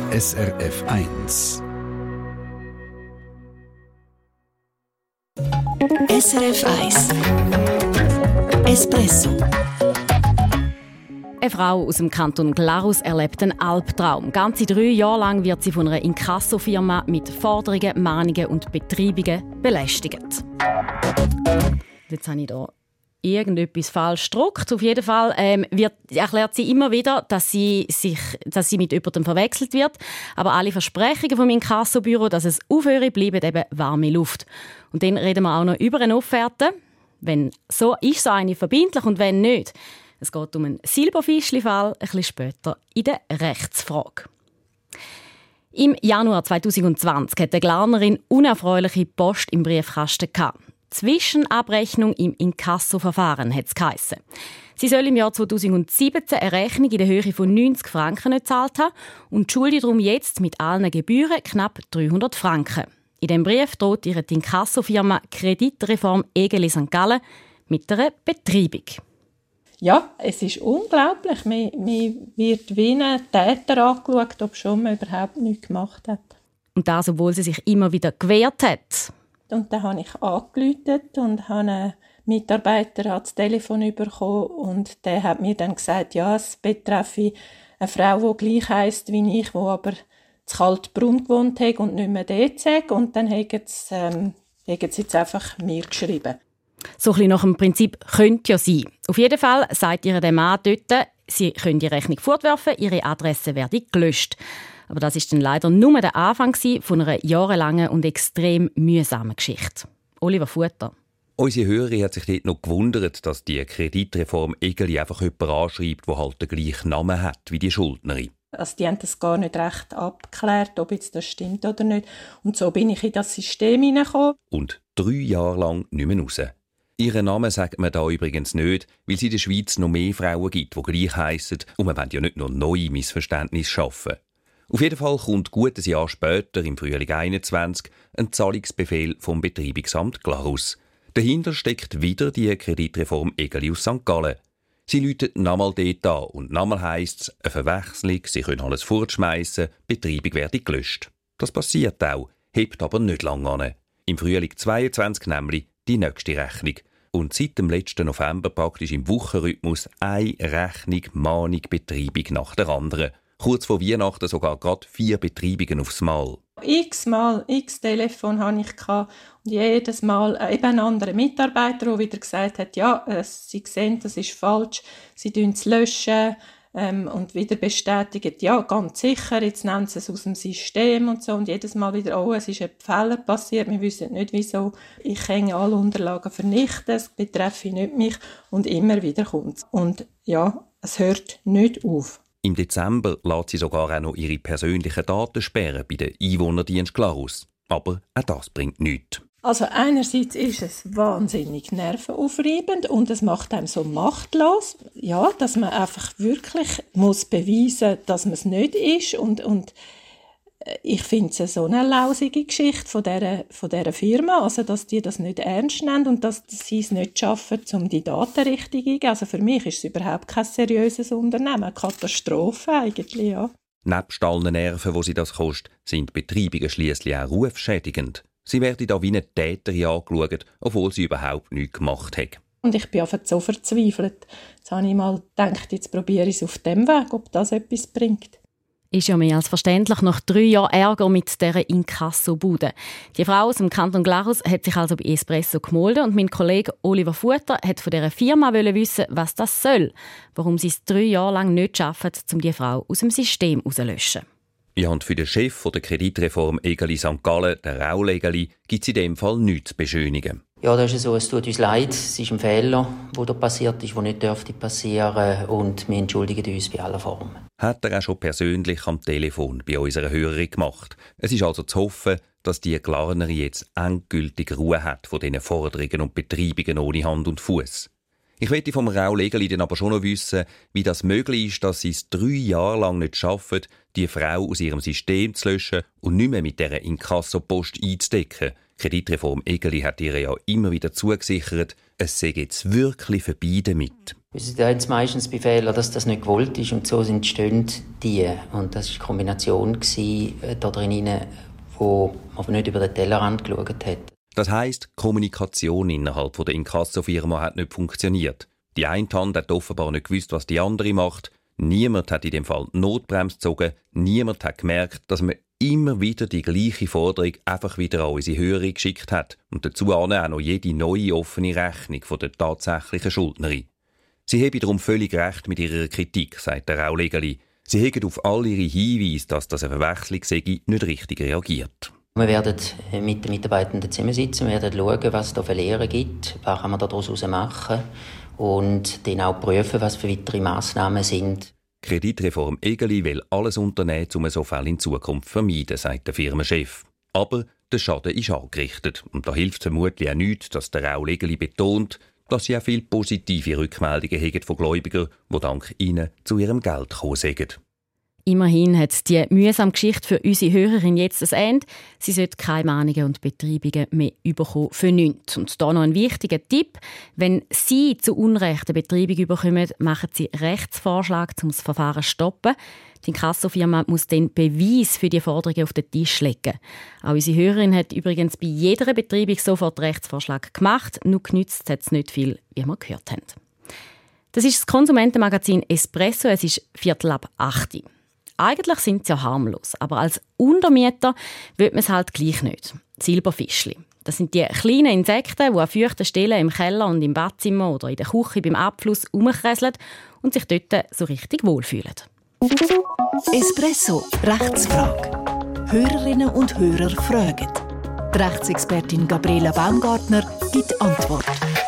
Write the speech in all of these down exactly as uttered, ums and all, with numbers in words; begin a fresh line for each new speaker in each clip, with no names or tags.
S R F eins.
S R F eins Espresso.
Eine Frau aus dem Kanton Glarus erlebt einen Albtraum. Ganze drei Jahre lang wird sie von einer Inkassofirma mit Forderungen, Mahnungen und Betreibungen belästigt. Jetzt habe ich hier irgendetwas falsch gedruckt. Auf jeden Fall ähm, wird, erklärt sie immer wieder, dass sie, sich, dass sie mit jemandem verwechselt wird. Aber alle Versprechungen vom Inkassobüro, dass es aufhöre, bleiben eben warme Luft. Und dann reden wir auch noch über eine Offerte. Wenn so ist so eine verbindlich und wenn nicht. Es geht um einen Silberfischli-Fall, ein bisschen später in der Rechtsfrage. Im Januar zwanzig zwanzig hatte die Glarnerin unerfreuliche Post im Briefkasten gehabt. Zwischenabrechnung im Inkassoverfahren hat es geheissen. Sie soll im Jahr zweitausendsiebzehn eine Rechnung in der Höhe von neunzig Franken nicht gezahlt haben und schuldet darum jetzt mit allen Gebühren knapp dreihundert Franken. In diesem Brief droht ihre die Inkassofirma Kreditreform Egeli Sankt Gallen mit einer Betreibung.
Ja, es ist unglaublich. Man, man wird wie ein Täter angeschaut, ob schon man überhaupt nichts gemacht hat.
Und das, obwohl sie sich immer wieder gewehrt hat.
Und dann habe ich angerufen und habe einen Mitarbeiter ans Telefon bekommen und der hat mir dann gesagt, ja, es betreffe eine Frau, die gleich heisst wie ich, die aber zu Kaltbrunn gewohnt hat und nicht mehr dort sei. Und dann haben sie, ähm, haben sie jetzt einfach mir geschrieben.
So ein bisschen nach dem Prinzip «könnte ja sein». Auf jeden Fall sagt ihr der Mann dort, sie können die Rechnung fortwerfen, ihre Adresse werde gelöscht. Aber das ist dann leider nur der Anfang von einer jahrelangen und extrem mühsamen Geschichte. Oliver Futter.
Unsere Hörerin hat sich dort noch gewundert, dass die Kreditreform Egeli einfach jemanden anschreibt, der halt den gleichen Namen hat wie die Schuldnerin.
Also die haben das gar nicht recht abgeklärt, ob jetzt das stimmt oder nicht. Und so bin ich in das System hineingekommen.
Und drei Jahre lang nicht mehr raus. Ihren Namen sagt man da übrigens nicht, weil es in der Schweiz noch mehr Frauen gibt, die gleich heissen. Und man will ja nicht nur neue Missverständnisse schaffen. Auf jeden Fall kommt gut ein Jahr später, im Frühling einundzwanzig, ein Zahlungsbefehl vom Betreibungsamt Glarus. Dahinter steckt wieder die Kreditreform Egeli aus Sankt Gallen. Sie läutet nochmal dort an und nochmal heisst es, eine Verwechslung, sie können alles fortschmeissen, Betreibung werde gelöscht. Das passiert auch, hebt aber nicht lange an. Im Frühling zweiundzwanzig nämlich die nächste Rechnung. Und seit dem letzten November praktisch im Wochenrhythmus eine Rechnung, Mahnung, Betreibung nach der anderen. Kurz vor Weihnachten sogar gerade vier Betreibungen aufs Mal.
X-mal, x-Telefon hatte ich und jedes Mal eben ein anderer Mitarbeiter, der wieder gesagt hat, ja, äh, sie sehen, das ist falsch, sie löschen es löschen ähm, und wieder bestätigen, ja, ganz sicher, jetzt nehmen sie es aus dem System und so und jedes Mal wieder, oh, es ist ein Fehler passiert, wir wissen nicht wieso, ich kann alle Unterlagen vernichten, es betreffe nicht mich und immer wieder kommt es. Und ja, es hört nicht auf.
Im Dezember lässt sie sogar auch noch ihre persönlichen Daten sperren bei der Einwohnerdienst Glarus. Aber auch das bringt nichts.
Also einerseits ist es wahnsinnig nervenaufreibend und es macht einem so machtlos, ja, dass man einfach wirklich muss beweisen, dass man es nicht ist und, und ich finde es so eine lausige Geschichte von dieser, von dieser Firma, also dass die das nicht ernst nehmen und dass sie es nicht schaffen, um die Daten richtig einzugeben. Also für mich ist es überhaupt kein seriöses Unternehmen, eine Katastrophe eigentlich, ja.
Nebst allen Nerven, die sie das kostet, sind Betreibungen schliesslich auch rufschädigend. Sie werden da wie eine Täterin angeschaut, obwohl sie überhaupt nichts gemacht hat.
Und ich bin einfach so verzweifelt. Jetzt habe ich mal gedacht, jetzt probiere ich es auf dem Weg, ob das etwas bringt.
Ist ja mehr als verständlich nach drei Jahren Ärger mit dieser Inkassobude. Die Frau aus dem Kanton Glarus hat sich also bei Espresso gemeldet und mein Kollege Oliver Futter hat von dieser Firma wissen, was das soll, warum sie es drei Jahre lang nicht schaffen, um die Frau aus dem System rauszulöschen.
Ja, und für den Chef der Kreditreform Egeli Sankt Gallen, der Raul Egeli, gibt es in dem Fall nichts zu beschönigen.
Ja, das ist so, es tut uns leid, es ist ein Fehler, der da passiert ist, der nicht dürfte passieren und wir entschuldigen uns bei aller Form.
Hat er auch schon persönlich am Telefon bei unserer Hörerin gemacht. Es ist also zu hoffen, dass die Glarnerin jetzt endgültig Ruhe hat von diesen Forderungen und Betreibungen ohne Hand und Fuß. Ich möchte vom Raul Egeli dann aber schon noch wissen, wie das möglich ist, dass sie es drei Jahre lang nicht schaffen, die Frau aus ihrem System zu löschen und nicht mehr mit dieser Inkassopost einzudecken. Kreditreform Egeli hat ihr ja immer wieder zugesichert, es sei jetzt wirklich vorbei damit.
Es ist jetzt meistens bei Fehlern, dass das nicht gewollt ist und so entstehen die. Und das war die Kombination da drin, die man nicht über den Tellerrand geschaut hat.
Das heisst, die Kommunikation innerhalb der Inkassofirma hat nicht funktioniert. Die eine Hand hat offenbar nicht gewusst, was die andere macht. Niemand hat in dem Fall die Notbremse gezogen. Niemand hat gemerkt, dass man immer wieder die gleiche Forderung einfach wieder an unsere Hörer geschickt hat und dazu auch noch jede neue offene Rechnung von der tatsächlichen Schuldnerin. Sie haben darum völlig recht mit ihrer Kritik, sagt der Raulegeli. Sie haben auf all ihre Hinweise, dass das eine Verwechslung sei, nicht richtig reagiert.
Wir werden mit den Mitarbeitenden zusammensitzen, wir werden schauen, was es da für Lehren gibt, was kann man daraus machen und dann auch prüfen, was für weitere Massnahmen sind.
Kreditreform Egeli will alles unternehmen, um so Fälle in Zukunft zu vermeiden, sagt der Firmenchef. Aber der Schaden ist angerichtet. Und da hilft vermutlich auch nichts, dass der Raul Egeli betont, dass sie auch viele positive Rückmeldungen haben von Gläubigern, die dank ihnen zu ihrem Geld gekommen sind.
Immerhin hat die mühsame Geschichte für unsere Hörerin jetzt ein Ende. Sie sollte keine Mahnungen und Betreibungen mehr bekommen für nichts. Und da noch ein wichtiger Tipp. Wenn Sie zu Unrecht eine Betreibung bekommen, machen Sie Rechtsvorschlag, um das Verfahren zu stoppen. Die Inkassofirma muss dann Beweis für die Forderungen auf den Tisch legen. Auch unsere Hörerin hat übrigens bei jeder Betreibung sofort Rechtsvorschlag gemacht. Nur genützt hat es nicht viel, wie wir gehört haben. Das ist das Konsumentenmagazin Espresso. Es ist Viertel ab acht. Eigentlich sind sie ja harmlos, aber als Untermieter will man es halt gleich nicht. Silberfischli. Das sind die kleinen Insekten, die an feuchten Stellen im Keller und im Badzimmer oder in der Küche beim Abfluss herumkräseln und sich dort so richtig wohlfühlen.
Espresso Rechtsfrage. Hörerinnen und Hörer fragen. Die Rechtsexpertin Gabriela Baumgartner gibt Antwort.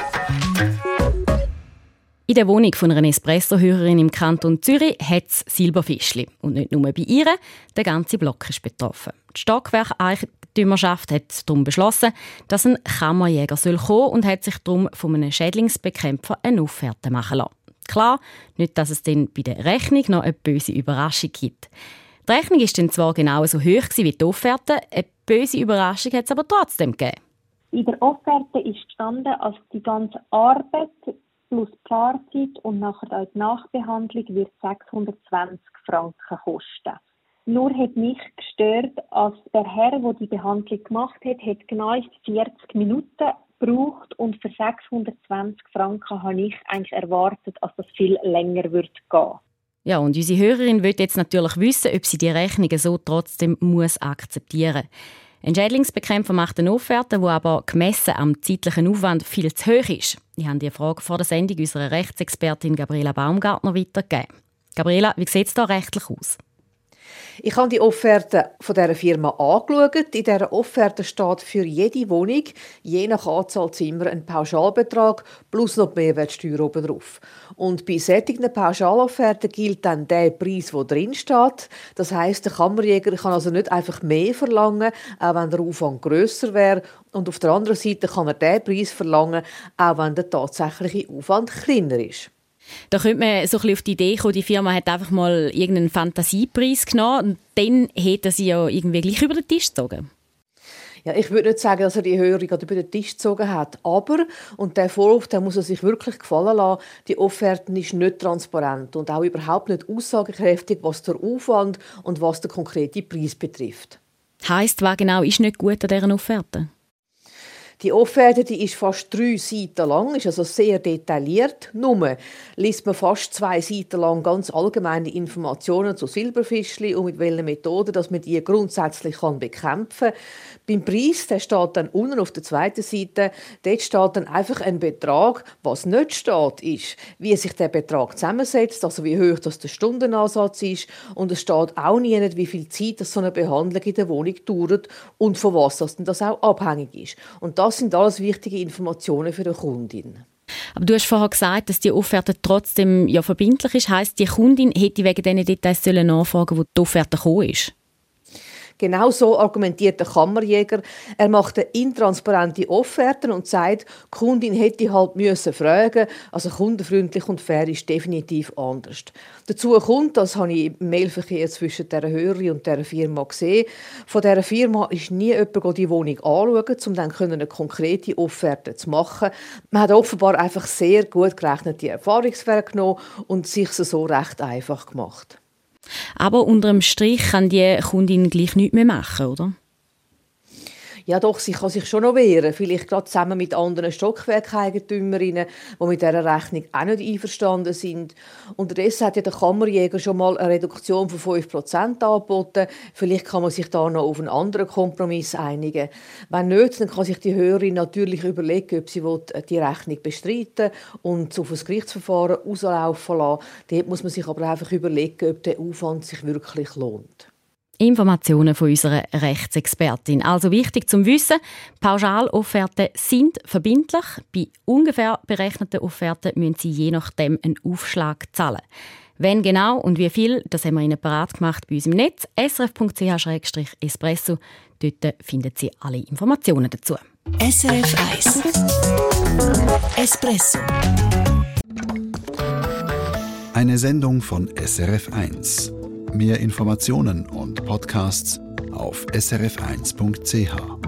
In der Wohnung von einer Espresso-Hörerin im Kanton Zürich hat es Silberfischli. Und nicht nur bei ihr, der ganze Block ist betroffen. Die Stockwerkeigentümerschaft hat darum beschlossen, dass ein Kammerjäger kommen soll und hat sich darum von einem Schädlingsbekämpfer eine Offerte machen lassen. Klar, nicht, dass es dann bei der Rechnung noch eine böse Überraschung gibt. Die Rechnung war dann zwar genauso hoch wie die Offerte, eine böse Überraschung hat es aber trotzdem gegeben.
In der Offerte ist gestanden, als die ganze Arbeit plus Fahrzeit und nachher auch die Nachbehandlung wird sechshundertzwanzig Franken kosten. Nur hat mich gestört, als der Herr, der die Behandlung gemacht hat, hat genau vierzig Minuten gebraucht und für sechshundertzwanzig Franken habe ich eigentlich erwartet, dass das viel länger wird gehen.
Ja, und unsere Hörerin will jetzt natürlich wissen, ob sie die Rechnungen so trotzdem muss akzeptieren muss. Ein Schädlingsbekämpfer macht eine Offerte, die aber gemessen am zeitlichen Aufwand viel zu hoch ist. Ich habe die Frage vor der Sendung unserer Rechtsexpertin Gabriela Baumgartner weitergegeben. Gabriela, wie sieht es da rechtlich aus?
Ich habe die Offerte von dieser Firma angeschaut. In dieser Offerte steht für jede Wohnung, je nach Anzahl Zimmer, ein Pauschalbetrag plus noch die Mehrwertsteuer obendrauf. Und bei solchen Pauschalofferten gilt dann der Preis, der drin steht. Das heisst, der Kammerjäger kann also nicht einfach mehr verlangen, auch wenn der Aufwand grösser wäre. Und auf der anderen Seite kann er den Preis verlangen, auch wenn der tatsächliche Aufwand kleiner ist.
Da könnte man so ein bisschen auf die Idee kommen, die Firma hat einfach mal irgendeinen Fantasiepreis genommen und dann hätte sie ja irgendwie gleich über den Tisch gezogen.
Ja, ich würde nicht sagen, dass er die Hörerin über den Tisch gezogen hat, aber, und der Vorwurf, der muss er sich wirklich gefallen lassen, die Offerte ist nicht transparent und auch überhaupt nicht aussagekräftig, was der Aufwand und was der konkrete Preis betrifft.
Heisst, was genau ist nicht gut an dieser Offerte?
Die Offerte die ist fast drei Seiten lang, ist also sehr detailliert. Nur liest man fast zwei Seiten lang ganz allgemeine Informationen zu Silberfischli und mit welchen Methoden dass man die grundsätzlich kann bekämpfen kann. Beim Preis, der steht dann unten auf der zweiten Seite, dort steht dann einfach ein Betrag. Was nicht steht, ist, wie sich der Betrag zusammensetzt, also wie hoch das der Stundenansatz ist. Und es steht auch nie, wie viel Zeit das so eine Behandlung in der Wohnung dauert und von was das, denn das auch abhängig ist. Und das sind alles wichtige Informationen für die Kundin.
Aber du hast vorher gesagt, dass die Offerte trotzdem ja verbindlich ist. Heisst, die Kundin hätte wegen diesen Details nachfragen sollen, wo die Offerte gekommen ist?
Genau so argumentiert der Kammerjäger. Er macht eine intransparente Offerten und sagt, die Kundin hätte halt müssen fragen. Also kundenfreundlich und fair ist definitiv anders. Dazu kommt, das habe ich im Mailverkehr zwischen der Hörerin und der Firma gesehen, von dieser Firma ist nie jemand die Wohnung anschauen, um dann eine konkrete Offerte zu machen. Man hat offenbar einfach sehr gut gerechnete Erfahrungswerte genommen und sich so recht einfach gemacht.
Aber unter dem Strich kann die Kundin gleich nichts mehr machen, oder?
Ja doch, sie kann sich schon noch wehren. Vielleicht gerade zusammen mit anderen Stockwerkeigentümerinnen, die mit dieser Rechnung auch nicht einverstanden sind. Unterdessen hat ja der Kammerjäger schon mal eine Reduktion von fünf Prozent angeboten. Vielleicht kann man sich da noch auf einen anderen Kompromiss einigen. Wenn nicht, dann kann sich die Hörerin natürlich überlegen, ob sie die Rechnung bestreiten und auf ein Gerichtsverfahren rauslaufen lassen. Dort muss man sich aber einfach überlegen, ob der Aufwand sich wirklich lohnt.
Informationen von unserer Rechtsexpertin. Also wichtig zum Wissen, Pauschalofferten sind verbindlich. Bei ungefähr berechneten Offerten müssen Sie je nachdem einen Aufschlag zahlen. Wenn genau und wie viel, das haben wir Ihnen parat gemacht bei uns im Netz, s r f punkt c h slash espresso. Dort finden Sie alle Informationen dazu.
S R F eins Espresso.
Eine Sendung von S R F eins. Mehr Informationen und Podcasts auf s r f eins punkt c h.